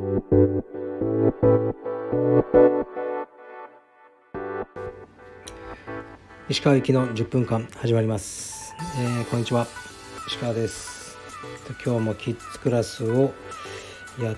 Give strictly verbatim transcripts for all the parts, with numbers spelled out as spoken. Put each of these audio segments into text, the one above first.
石川行きのじゅっぷんかん始まります。えー、こんにちは、石川です。今日もキッズクラスをやって、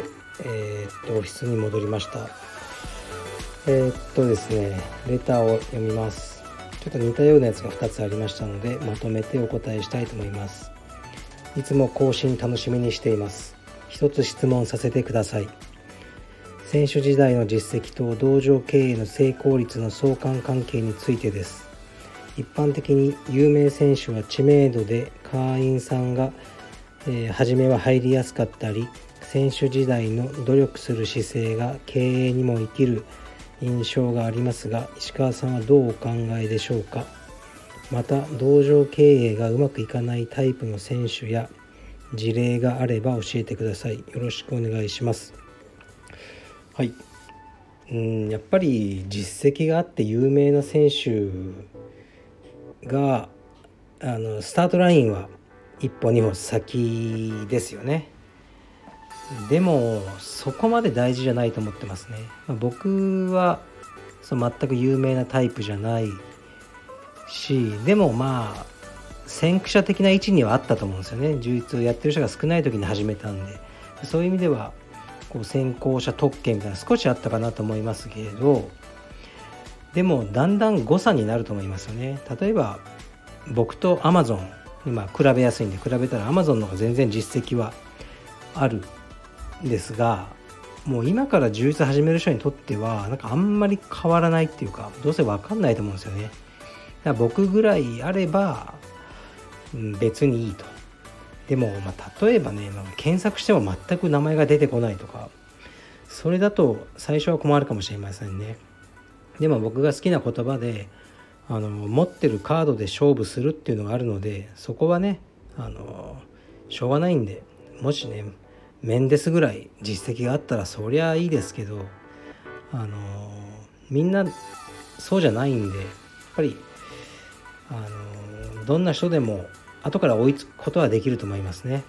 えー、っとオフィスに戻りました。えー、っとですねレターを読みます。ちょっと似たようなやつがふたつありましたので、まとめてお答えしたいと思います。いつも更新楽しみにしています。一つ質問させてください。選手時代の実績と道場経営の成功率の相関関係についてです。一般的に有名選手は知名度で会員さんが、えー、初めは入りやすかったり、選手時代の努力する姿勢が経営にも生きる印象がありますが、石川さんはどうお考えでしょうか。また道場経営がうまくいかないタイプの選手や事例があれば教えてください。よろしくお願いします。はい、うん、やっぱり実績があって有名な選手があのスタートラインは一歩二歩先ですよね。でもそこまで大事じゃないと思ってますね。まあ、僕はその全く有名なタイプじゃないし、でもまあ先駆者的な位置にはあったと思うんですよね。柔術をやってる人が少ない時に始めたんで、そういう意味ではこう先行者特権みたいな少しあったかなと思いますけれど、でもだんだん誤差になると思いますよね。例えば僕と Amazon 今比べやすいんで比べたら Amazon の方が全然実績はあるんですが、もう今から柔術始める人にとってはなんかあんまり変わらないっていうか、どうせ分かんないと思うんですよね。だから僕ぐらいあれば、うん、別にいいと。でも、まあ、例えばね、まあ、検索しても全く名前が出てこないとか、それだと最初は困るかもしれませんね。でも僕が好きな言葉で、あの持ってるカードで勝負するっていうのがあるので、そこはね、あのしょうがないんで、もしねメンデスぐらい実績があったらそりゃいいですけど、あのみんなそうじゃないんで、やっぱりあのどんな人でも後から追いつくことはできると思いますね。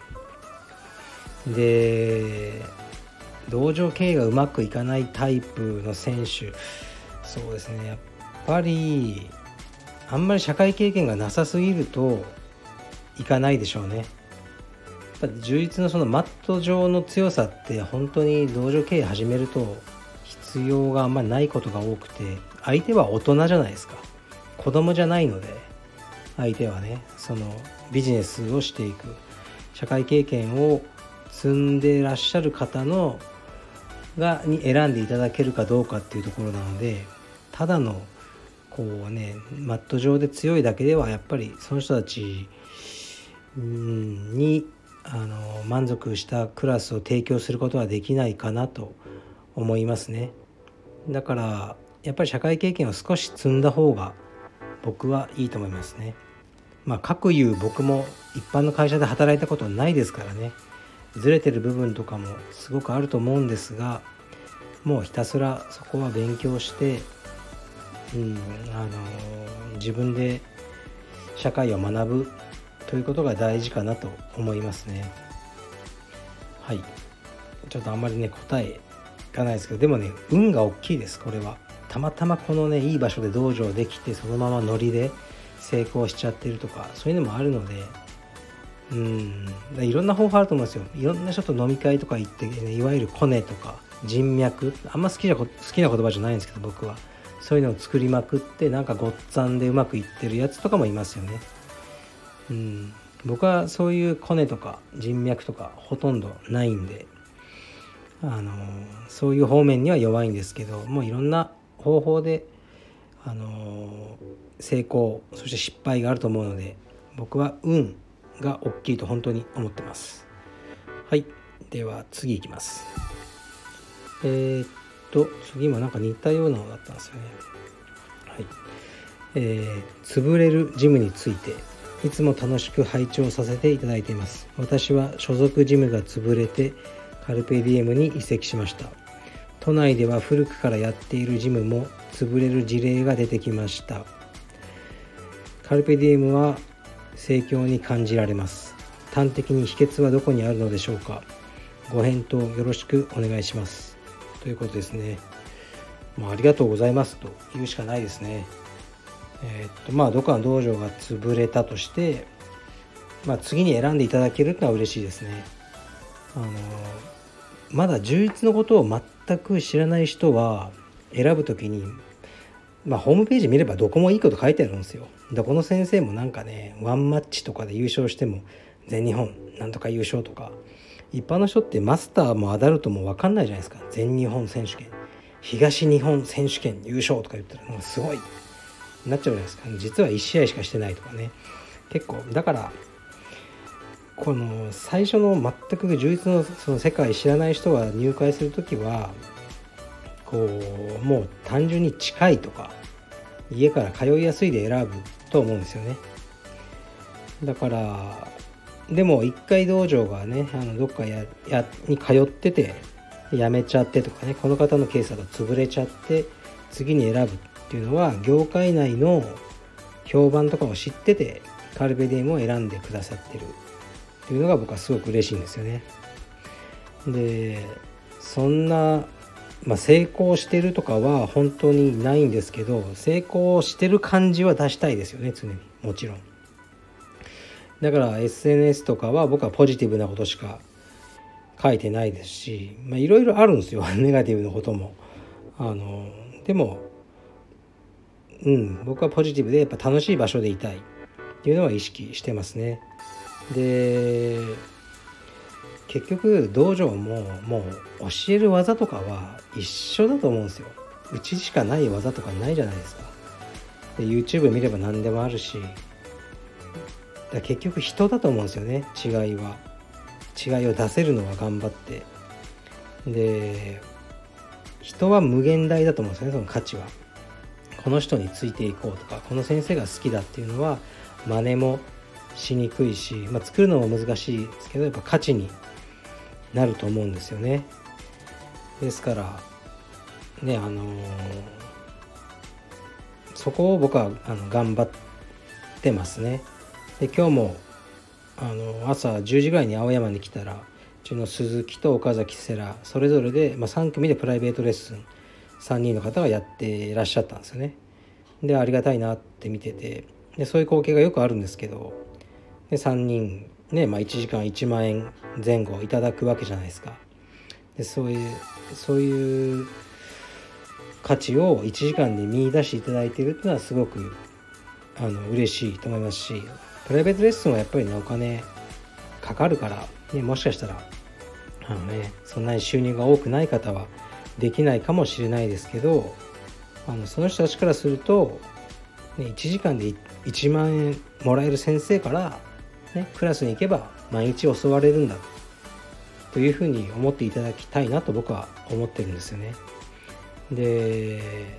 で、道場経営がうまくいかないタイプの選手、そうですね、やっぱりあんまり社会経験がなさすぎるといかないでしょうね。やっぱ柔術のそのマット上の強さって本当に道場経営始めると必要があんまりないことが多くて、相手は大人じゃないですか。子供じゃないので、相手はね、そのビジネスをしていく社会経験を積んでらっしゃる方のがに選んでいただけるかどうかっていうところなので、ただのこうねマット上で強いだけではやっぱりその人たちにあの満足したクラスを提供することはできないかなと思いますね。だからやっぱり社会経験を少し積んだ方が僕はいいと思いますね。まあ各いう僕も一般の会社で働いたことないですからね、ずれてる部分とかもすごくあると思うんですが、もうひたすらそこは勉強して、うん、あの自分で社会を学ぶということが大事かなと思いますね。はい、ちょっとあんまりね答えいかないですけど、でもね運が大きいです。これはたまたまこのねいい場所で道場できて、そのままノリで成功しちゃってるとか、そういうのもあるので、うん、いろんな方法あると思うんですよ。いろんな人と飲み会とか行って、ね、いわゆるコネとか人脈、あんま好きな好きな言葉じゃないんですけど、僕はそういうのを作りまくって、なんかごっつぁんでうまくいってるやつとかもいますよね。うん、僕はそういうコネとか人脈とかほとんどないんで、あのそういう方面には弱いんですけど、もういろんな方法であの成功そして失敗があると思うので、僕は運が大きいと本当に思ってます。はい、では次いきます。えー、っと次もなんか似たようなのだったんですよね。はい、えー、潰れるジムについていつも楽しく拝聴させていただいています。私は所属ジムが潰れてカルペディエムに移籍しました。都内では古くからやっているジムも潰れる事例が出てきました。カルペディエムは盛況に感じられます。端的に秘訣はどこにあるのでしょうか。 ご返答よろしくお願いしますということですね。もうありがとうございますと言うしかないですね。えー、っとまあどこかの道場が潰れたとして、まあ、次に選んでいただけるのは嬉しいですね。あのまだ充実のことを全く知らない人は選ぶときに、まあ、ホームページ見ればどこもいいこと書いてあるんですよ。どこの先生もなんかね、ワンマッチとかで優勝しても全日本なんとか優勝とか、一般の人ってマスターもアダルトも分かんないじゃないですか。全日本選手権、東日本選手権優勝とか言ったらなんかすごいなっちゃうじゃないですか。実はいち試合しかしてないとかね。結構だからこの最初の全く充実のその世界知らない人が入会するときはこうもう単純に近いとか家から通いやすいで選ぶと思うんですよね。だからでも一回道場がね、あのどっかややに通ってて辞めちゃってとかね、この方のケースだと潰れちゃって次に選ぶっていうのは業界内の評判とかを知っててカルベディエムを選んでくださってるっていうのが僕はすごく嬉しいんですよね。でそんな、まあ、成功してるとかは本当にないんですけど、成功してる感じは出したいですよね、常に。もちろんだから エスエヌエス とかは僕はポジティブなことしか書いてないですし、まあいろいろあるんですよネガティブなことも。あのでもうん僕はポジティブでやっぱ楽しい場所でいたいっていうのは意識してますね。で結局道場ももう教える技とかは一緒だと思うんですよ。うちしかない技とかないじゃないですか。で YouTube 見れば何でもあるし、だ結局人だと思うんですよね。違いは違いを出せるのは頑張って、で人は無限大だと思うんですよね。その価値はこの人についていこうとかこの先生が好きだっていうのは真似もしにくいし、まあ、作るのも難しいですけどやっぱ価値になると思うんですよね。ですからね、あのー、そこを僕はあの頑張ってますね。で今日もあの朝じゅうじぐらいに青山に来たらうちの鈴木と岡崎セラそれぞれで、まあ、さん組でプライベートレッスンさんにんの方がやっていらっしゃったんですよね。でありがたいなって見てて、でそういう光景がよくあるんですけど、でさんにんね、まあ、いちじかんいちまんえん前後いただくわけじゃないですか。でそういうそういう価値をいちじかんで見出していただいているっていうのはすごくあの嬉しいと思いますし、プライベートレッスンはやっぱりねお金かかるから、ね、もしかしたらあの、ね、そんなに収入が多くない方はできないかもしれないですけど、あのその人たちからすると、ね、いちじかんでいちまんえんもらえる先生から、ね、クラスに行けば毎日教われるんだというふうに思っていただきたいなと僕は思ってるんですよね。で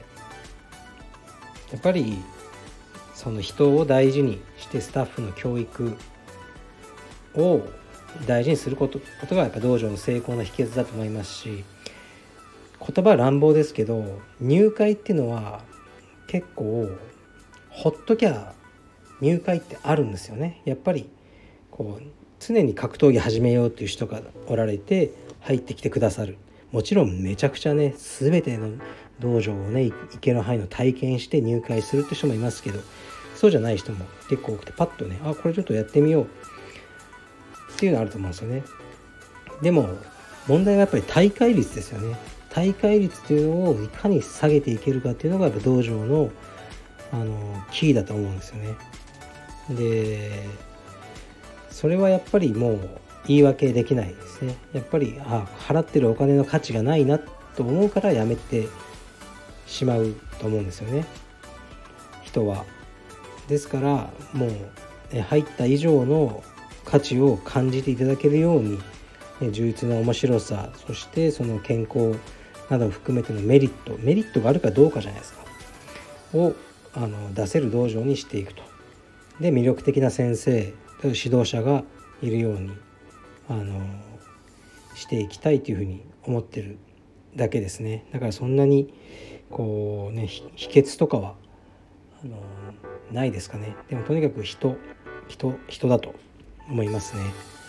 やっぱりその人を大事にしてスタッフの教育を大事にすること、ことがやっぱ道場の成功の秘訣だと思いますし、言葉は乱暴ですけど入会っていうのは結構ほっときゃ入会ってあるんですよね。やっぱりこう常に格闘技始めようっていう人がおられて入ってきてくださる。もちろんめちゃくちゃね全ての道場をね行ける範囲の体験して入会するって人もいますけど、そうじゃない人も結構多くてパッとねあこれちょっとやってみようっていうのあると思うんですよね。でも問題はやっぱり大会率ですよね。大会率っていうのをいかに下げていけるかっていうのがやっぱ道場のあのキーだと思うんですよね。でそれはやっぱりもう言い訳できないですね。やっぱりあ払ってるお金の価値がないなと思うからやめてしまうと思うんですよね、人は。ですからもう入った以上の価値を感じていただけるように、充実の面白さ、そしてその健康などを含めてのメリットメリットがあるかどうかじゃないですかをあの出せる道場にしていくと。で魅力的な先生指導者がいるようにあのしていきたいというふうに思ってるだけですね。だからそんなにこうね秘訣とかはあのないですかね。でもとにかく人人人だと思いますね。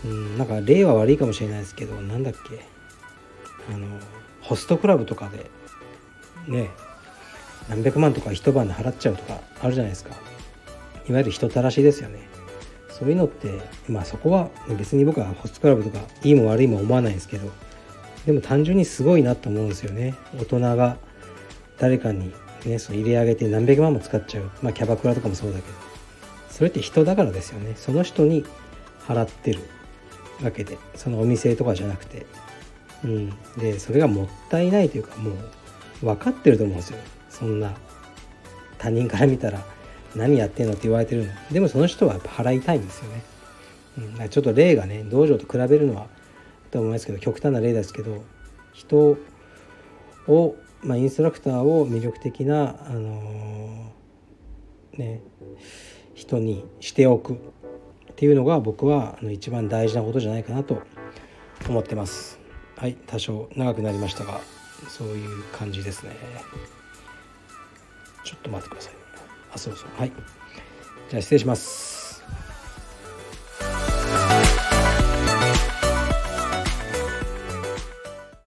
うん、なんか例は悪いかもしれないですけど、なんだっけ、あのホストクラブとかでね、何百万とか一晩で払っちゃうとかあるじゃないですか。いわゆる人たらしですよね。そういうのって、まあそこは別に僕はホストクラブとかいいも悪いも思わないんですけど、でも単純にすごいなと思うんですよね。大人が誰かにね、そう入れ上げて何百万も使っちゃう、まあキャバクラとかもそうだけど、それって人だからですよね。その人に払ってるわけで、そのお店とかじゃなくて、うん、でそれがもったいないというか、もう分かってると思うんですよ。そんな他人から見たら何やってんのって言われてるのでも、その人はやっぱ払いたいんですよね。うん、ちょっと例がね、道場と比べるのはと思いますけど、極端な例ですけど、人を、まあ、インストラクターを魅力的な、あのー、ね、人にしておくっていうのが、僕はあの一番大事なことじゃないかなと思ってます。はい、多少長くなりましたが、そういう感じですね。ちょっと待ってください。あ、そうそう、はい、じゃあ失礼します。